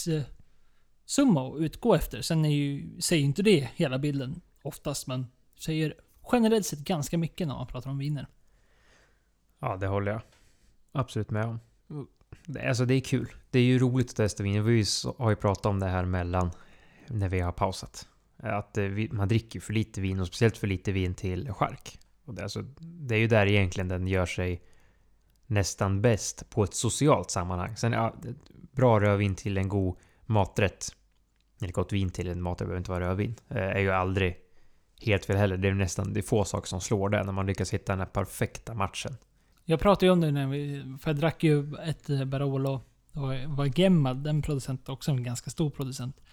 prissumma att utgå efter. Sen säger inte det hela bilden oftast, men säger generellt sett ganska mycket när man pratar om viner. Ja, det håller jag absolut med om. Alltså det är kul. Det är ju roligt att testa vin. Vi har ju pratat om det här mellan när vi har pausat. Att man dricker för lite vin, och speciellt för lite vin till skärk. Och det är ju där egentligen den gör sig nästan bäst på ett socialt sammanhang. Sen bra rödvin till en god maträtt, eller gott vin till en maträtt, behöver inte vara rödvin, är ju aldrig helt fel heller. Det är få saker som slår det när man lyckas hitta den här perfekta matchen. Jag pratade ju om det för jag drack ju ett Barolo. Det var Gemma, den producenten, också en ganska stor producent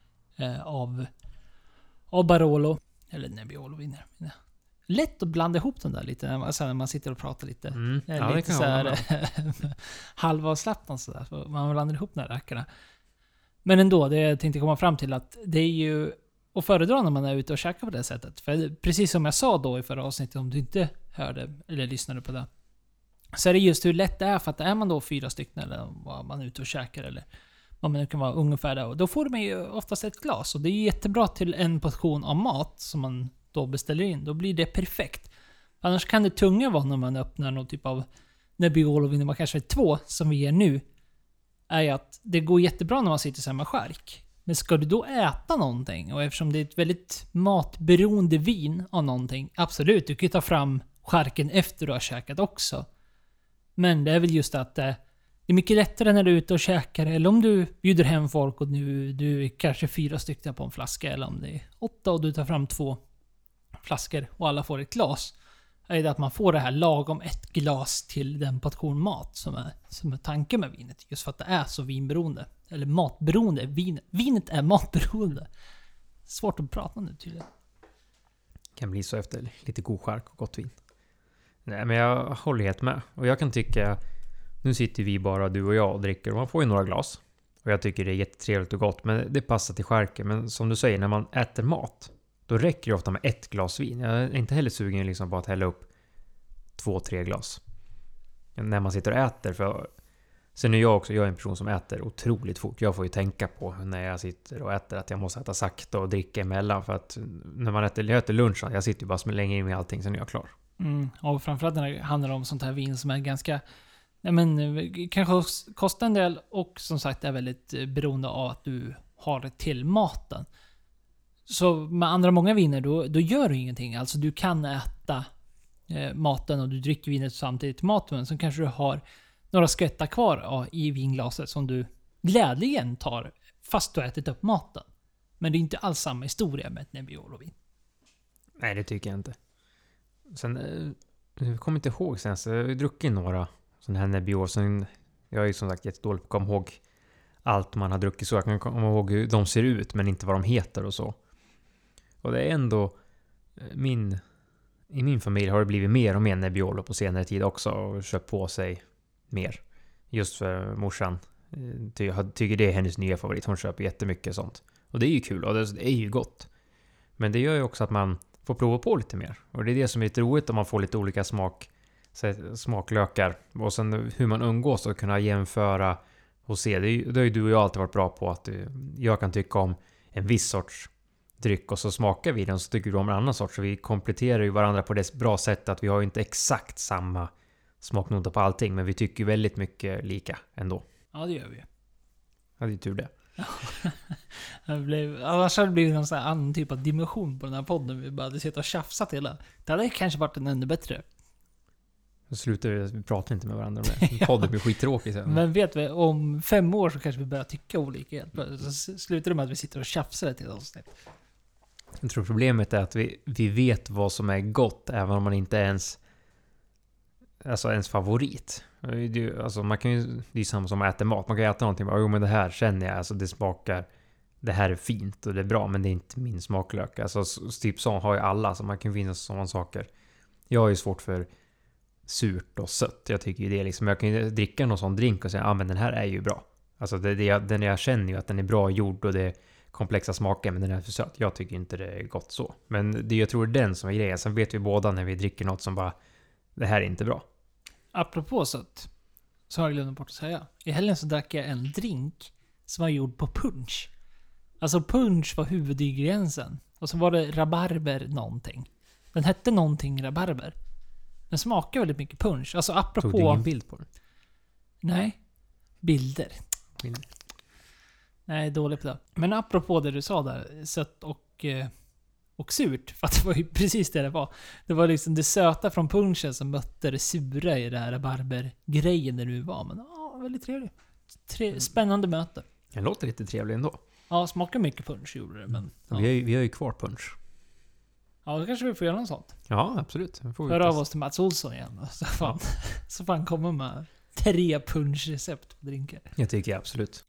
av Barolo. Eller Nebbiolo-viner. Lätt att blanda ihop den där lite när man sitter och pratar lite. Ja, lite så här halvavslappnat sådär. Så man blandar ihop de här rackarna. Men ändå, det jag tänkte komma fram till att det är ju att föredra när man är ute och käkar på det sättet. För precis som jag sa då i förra avsnittet, om du inte hörde eller lyssnade på det, så är det just hur lätt det är, för att är man då 4 stycken eller vad man är ute och käkar eller vad man nu kan vara ungefär där, och då får man ju oftast ett glas, och det är jättebra till en portion av mat som man då beställer in. Då blir det perfekt. Annars kan det tunga vara när man öppnar någon typ av Nebbiolo-vin, man kanske är 2 som vi ger nu, är ju att det går jättebra när man sitter så här med skärk. Men ska du då äta någonting, och eftersom det är ett väldigt matberoende vin av någonting, absolut, du kan ju ta fram skärken efter du har käkat också. Men det är väl just att det är mycket lättare när du är ute och käkar, eller om du bjuder hem folk och du är kanske 4 stycken på en flaska, eller om det är 8 och du tar fram 2 flaskor och alla får ett glas. Är det att man får det här lagom ett glas till den portion mat som är tanken med vinet. Just för att det är så vinberoende. Eller matberoende. Vinet är matberoende. Svårt att prata nu tydligen. Kan bli så efter lite god skärk och gott vin. Nej, men jag håller helt med. Och jag kan tycka, nu sitter vi bara du och jag och dricker, och man får ju några glas. Och jag tycker det är jättetrevligt och gott, men det passar till skärken. Men som du säger, när man äter mat, då räcker det ofta med ett glas vin. Jag är inte heller sugen liksom på att hälla upp 2-3 glas. När man sitter och äter. För sen är jag är en person som äter otroligt fort. Jag får ju tänka på när jag sitter och äter att jag måste äta sakta och dricka emellan. För att när jag äter lunch, jag sitter ju bara slänger in med allting, sen är jag klar. Och framförallt när det handlar om sånt här vin som är ganska, kanske kostar en del och som sagt är väldigt beroende av att du har det till maten. Så med andra många viner då gör du ingenting. Alltså du kan äta maten och du dricker vinet samtidigt till maten, men så kanske du har några skvättar kvar i vinglaset som du glädligen tar fast du har ätit upp maten. Men det är inte alls samma historia med ett Nebbiolo-vin. Nej, det tycker jag inte. Sen, jag kommer inte ihåg sen, så jag har druckit några sådana här Nebbiolo. Sen, jag är ju som sagt jättedålig på att komma ihåg allt man har druckit, så jag kan komma ihåg hur de ser ut men inte vad de heter och så. Och det är ändå i min familj har det blivit mer och mer Nebbiolo på senare tid också, och köpt på sig mer. Just för morsan tycker det är hennes nya favorit. Hon köper jättemycket sånt. Och det är ju kul och det är ju gott. Men det gör ju också att man får prova på lite mer. Och det är det som är lite roligt om man får lite olika smaklökar. Och sen hur man umgås och kunna jämföra och se. Det har ju du och jag alltid varit bra på, att jag kan tycka om en viss sorts dryck och så smakar vi den, så tycker du om en annan sorts. Så vi kompletterar ju varandra på det bra sätt att vi har ju inte exakt samma smaknota på allting, men vi tycker väldigt mycket lika ändå. Ja, det gör vi. Ja, det är tur det. Annars hade det blivit någon sån här annan typ av dimension på den här podden. Vi bara hade suttit och tjafsat hela. Det hade kanske varit en ännu bättre. Så slutar vi pratar inte med varandra. Podden blir skittråkig sen. Men vet vi, om 5 år så kanske vi börjar tycka olika helt. Så slutar det med att vi sitter och tjafsar till avsnitt. Jag tror problemet är att vi vet vad som är gott, även om man inte ens favorit. Alltså man kan ju, det är samma som att äta mat. Man kan äta någonting och men det här känner jag, alltså det smakar, det här är fint och det är bra, men det är inte min smaklök. Alltså typ så har ju alla, så man kan finna sådana saker. Jag har ju svårt för surt och sött. Jag tycker ju det liksom, jag kan ju dricka någon sån drink och säga men den här är ju bra. Alltså den jag känner ju att den är bra gjord och det är komplexa smaker, men den är för söt. Jag tycker inte det är gott så. Men jag tror det är den som är grejen. Sen vet vi båda när vi dricker något som bara, det här är inte bra. Apropå sött, så har jag glömt bort att säga. I helgen så drack jag en drink som var gjord på punch. Alltså punch var huvudingrediensen. Och så var det rabarber någonting. Den hette någonting rabarber. Den smakar väldigt mycket punch. Alltså apropå... Tog du ingen bild på den? Nej. Bilder. Nej, dålig på det. Men apropå det du sa där, sött och surt. För att det var ju precis det var. Det var liksom det söta från punchen som mötte det sura i det här rabarbergrejen där du var. Men väldigt trevligt. Spännande möte. Den låter lite trevlig ändå. Ja, smakar mycket punch gjorde det. Men, ja. Vi har ju kvar punch. Ja, då kanske vi får göra något sånt. Ja, absolut. Hör av oss till Mats Olsson igen. Så fan kommer med 3 punschrecept på drinkar. Jag tycker absolut.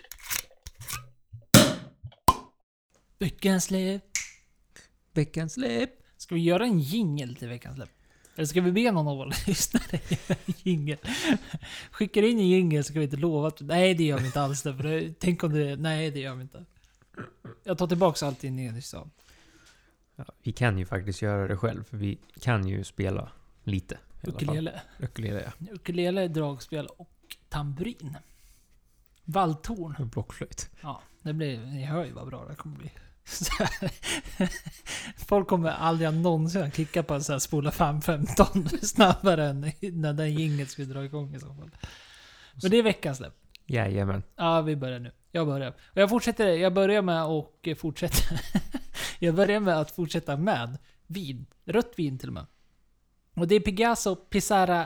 Veckans släpp. Ska vi göra en jingle till veckans släpp? Eller ska vi be någon av våra lyssnare göra en jingle? Skickar in en jingle så kan vi inte lova att... Nej, det gör vi inte alls. Tänk om det... Nej, det gör vi inte. Jag tar tillbaka allt in i sa. Ja, vi kan ju faktiskt göra det själv. För vi kan ju spela lite. Ukulele. Ukulele, ja. Ukulele, dragspel och tamburin. Valthorn. Och blockflöjt. Ja, det blir... Ni hör ju vad bra det kommer bli. Folk kommer aldrig någonsin klicka på en sån här spola 5-15 snabbare än när den jinget skulle dra igång i så fall. Men det är veckans släpp. Jajamän. Ja, vi börjar nu. Jag börjar. Och jag fortsätter. Jag börjar med att fortsätta. Jag börjar med att fortsätta med vin. Rött vin till och med. Och det är Pegaso Pizarra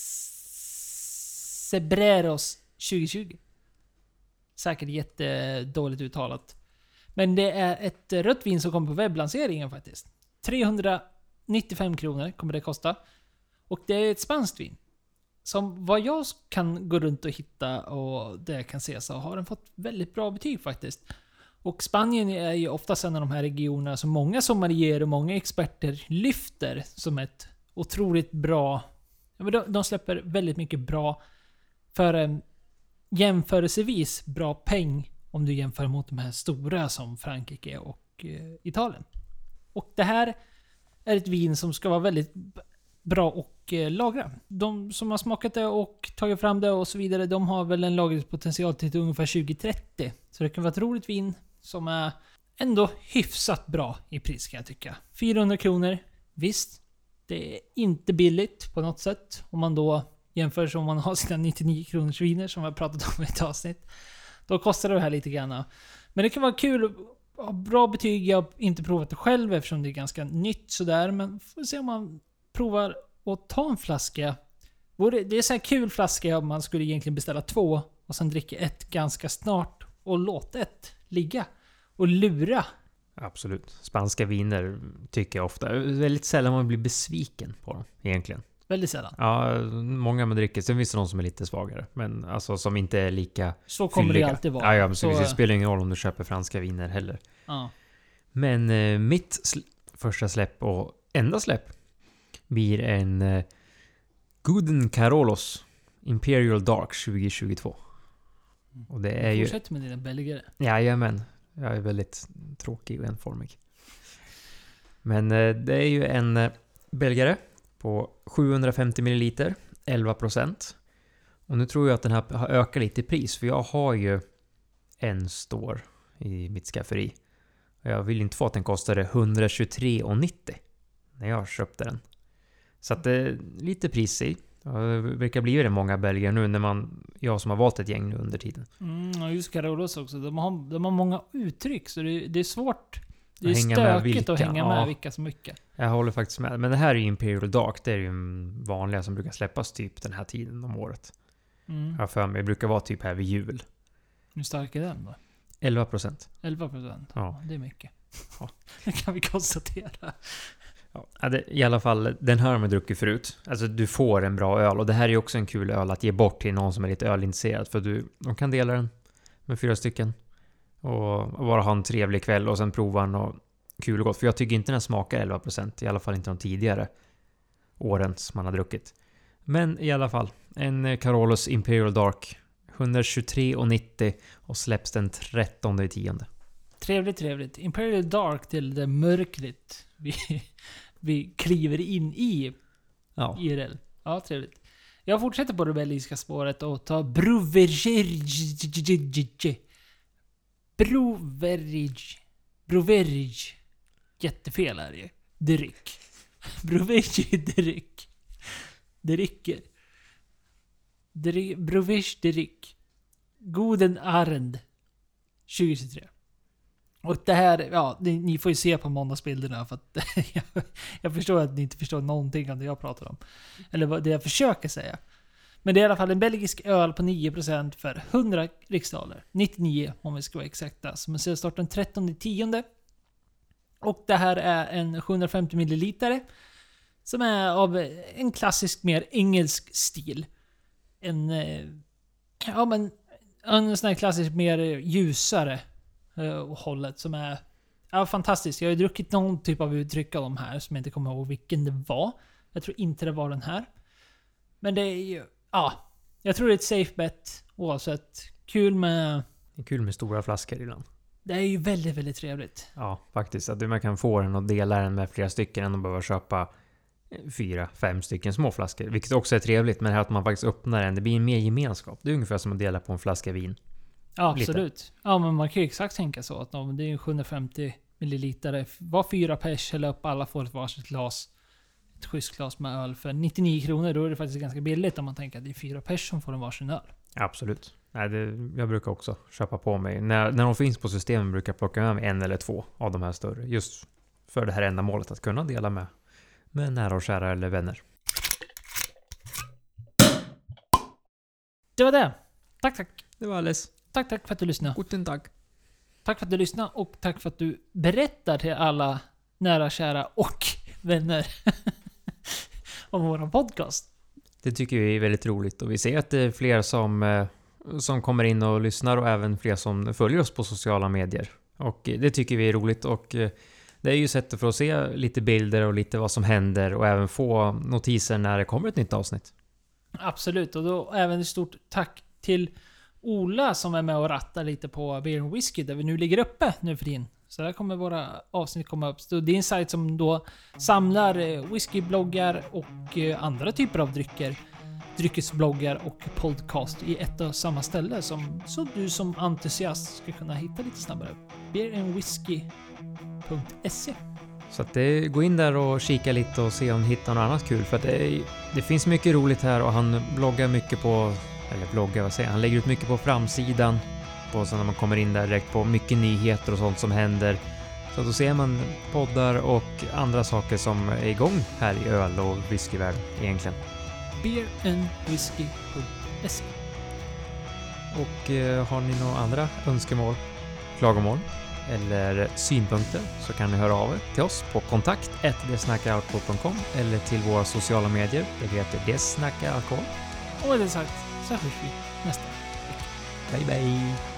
Cebreros 2020. Säkert jättedåligt uttalat. Men det är ett rött vin som kommer på webblanseringen faktiskt. 395 kronor kommer det kosta. Och det är ett spanskt vin. Som vad jag kan gå runt och hitta och det jag kan se så har den fått väldigt bra betyg faktiskt. Och Spanien är ju oftast en av de här regionerna som många sommelier och många experter lyfter som ett otroligt bra... De släpper väldigt mycket bra för en jämförelsevis bra peng om du jämför mot de här stora som Frankrike och Italien. Och det här är ett vin som ska vara väldigt bra och lagra. De som har smakat det och tagit fram det och så vidare, de har väl en lagringspotential till ungefär 2030. Så det kan vara ett roligt vin som är ändå hyfsat bra i pris kan jag tycka. 400 kronor, visst. Det är inte billigt på något sätt. Om man då jämför som man har sina 99 kronors viner som vi har pratat om i ett avsnitt. Då kostar det här lite grann. Men det kan vara kul. Bra betyg. Jag har inte provat det själv eftersom det är ganska nytt sådär. Men får se om man provar att ta en flaska. Det är så här kul flaska om man skulle egentligen beställa 2 och sen dricka ett ganska snart och låta ett ligga och lura. Absolut. Spanska viner tycker jag ofta. Väldigt sällan man blir besviken på dem egentligen. Väldigt sällan. Ja, många man dricker. Sen finns det någon som är lite svagare. Men alltså som inte är lika så kommer fylliga. Det alltid vara. Ja, så det spelar ingen roll om du köper franska viner heller. Ja. Men mitt första släpp och enda släpp blir en Guden Carolos Imperial Dark 2022. Och det är ju... Fortsätt med dina belgare. Jajamän. Jag är väldigt tråkig och enformig. Men det är ju en belgare på 750 ml, 11%. Och nu tror jag att den här har ökat lite i pris. För jag har ju en store i mitt skafferi. Och jag vill inte få att den kostade 123,90 när jag köpte den. Så att det är lite prisig. Det verkar bli det många belgare nu när jag som har valt ett gäng nu under tiden. Och just Carolos också. De har många uttryck så det är svårt. Det är hänga stökigt att hänga med vilka så mycket. Jag håller faktiskt med. Men det här är ju Imperial Dark. Det är ju vanliga som brukar släppas typ den här tiden om året. Jag för mig. Det brukar vara typ här vid jul. Hur stark är den då? 11%. 11%? Ja. Det är mycket. Ja. Det kan vi konstatera. Ja, i alla fall, den här har man druckit förut. Alltså du får en bra öl. Och det här är ju också en kul öl att ge bort till någon som är lite ölintresserad. För de kan dela den med 4 stycken. Och bara ha en trevlig kväll och sen prova den och kul och gott. För jag tycker inte den smakar 11%. I alla fall inte de tidigare åren som man har druckit. Men i alla fall, en Carolos Imperial Dark. 123,90 och släpps den 13/10. Trevligt. Imperial Dark till det mörkret vi kliver in i IRL. Ja, trevligt. Jag fortsätter på det belgiska spåret och tar Brouwerige. Jättefel är det. Dryck. Brouwerige dryck. Brouwerige dryck. Guden Arend 2023. Och det här, ni får ju se på måndagsbilderna för att jag förstår att ni inte förstår någonting av det jag pratar om. Eller det jag försöker säga. Men det är i alla fall en belgisk öl på 9% för 100 riksdaler. 99 om vi ska vara exakta. Som ser start den 13/10. Och det här är en 750 ml. Som är av en klassisk mer engelsk stil. En sån här klassisk mer ljusare hållet som är fantastiskt. Jag har ju druckit någon typ av uttryck av de här som jag inte kommer ihåg vilken det var. Jag tror inte det var den här. Men det är ju jag tror det är ett safe bet oavsett. Kul med stora flaskor ibland. Det är ju väldigt, väldigt trevligt. Ja, faktiskt. Att man kan få den och dela den med flera stycken än att behöva köpa 4-5 stycken små flaskor. Vilket också är trevligt, men här att man faktiskt öppnar den. Det blir mer gemenskap. Det är ungefär som att dela på en flaska vin. Ja, absolut. Lite. Ja, men man kan ju exakt tänka så. Att det är 750 milliliter. Var 4 pers eller upp, alla får ett varsitt glas. Ett schysst glas med öl för 99 kronor. Då är det faktiskt ganska billigt om man tänker att det är 4 pers som får en varsin öl. Absolut. Nej, jag brukar också köpa på mig. När de finns på systemen brukar jag plocka med mig 1 eller 2 av de här större. Just för det här ändamålet att kunna dela med nära och kära eller vänner. Det var det. Tack. Det var alles. Tack för att du lyssnade. Guten Tag. Tack för att du lyssnade och tack för att du berättar till alla nära, kära och vänner om vår podcast. Det tycker vi är väldigt roligt och vi ser att det är fler som kommer in och lyssnar och även fler som följer oss på sociala medier. Och det tycker vi är roligt och det är ju sättet för att se lite bilder och lite vad som händer och även få notiser när det kommer ett nytt avsnitt. Absolut, och då även ett stort tack till Ola som är med och rattar lite på Beer & Whisky där vi nu ligger uppe nu för din. Så där kommer våra avsnitt komma upp. Så det är en sajt som då samlar whiskybloggar och andra typer av dryckesbloggar och podcast i ett och samma ställe, så du som entusiast ska kunna hitta lite snabbare. beerandwhisky.se. Så att gå in där och kika lite och se om du hittar något annat kul. För att det finns mycket roligt här och han bloggar mycket han lägger ut mycket på framsidan. Och så när man kommer in där direkt på mycket nyheter och sånt som händer. Så då ser man poddar och andra saker som är igång här i öl- och whiskyvärlden egentligen. beerandwhisky.se. Och har ni några andra önskemål, klagomål eller synpunkter så kan ni höra av er till oss på kontakt@detsnackaralkohol.com eller till våra sociala medier. Det heter Det snackar alkohol. Och med det sagt så hörs vi nästa vecka. Bye bye!